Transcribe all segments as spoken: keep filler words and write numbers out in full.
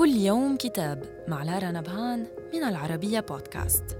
كل يوم كتاب مع لارا نبهان من العربية بودكاست.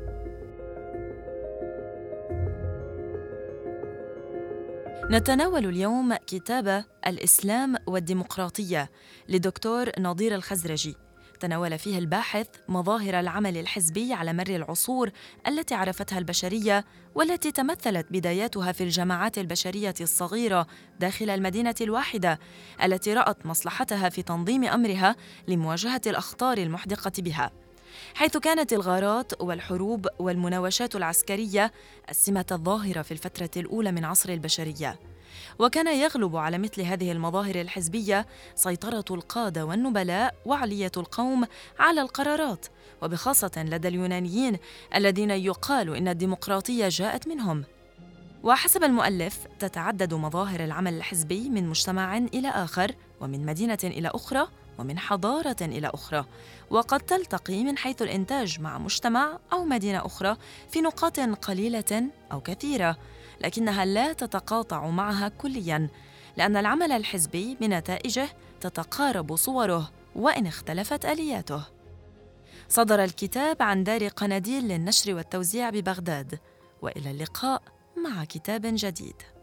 نتناول اليوم كتاب الإسلام والديمقراطية لدكتور نظير الخزرجي. تناول فيه الباحث مظاهر العمل الحزبي على مر العصور التي عرفتها البشرية، والتي تمثلت بداياتها في الجماعات البشرية الصغيرة داخل المدينة الواحدة التي رأت مصلحتها في تنظيم أمرها لمواجهة الأخطار المحدقة بها، حيث كانت الغارات والحروب والمناوشات العسكرية السمة الظاهرة في الفترة الأولى من عصر البشرية. وكان يغلب على مثل هذه المظاهر الحزبية سيطرة القادة والنبلاء وعلية القوم على القرارات، وبخاصة لدى اليونانيين الذين يقال إن الديمقراطية جاءت منهم. وحسب المؤلف تتعدد مظاهر العمل الحزبي من مجتمع إلى آخر، ومن مدينة إلى أخرى، ومن حضارة إلى أخرى، وقد تلتقي من حيث الإنتاج مع مجتمع أو مدينة أخرى في نقاط قليلة أو كثيرة، لكنها لا تتقاطع معها كلياً، لأن العمل الحزبي بنتائجه تتقارب صوره وإن اختلفت آلياته. صدر الكتاب عن دار قناديل للنشر والتوزيع ببغداد، وإلى اللقاء مع كتاب جديد.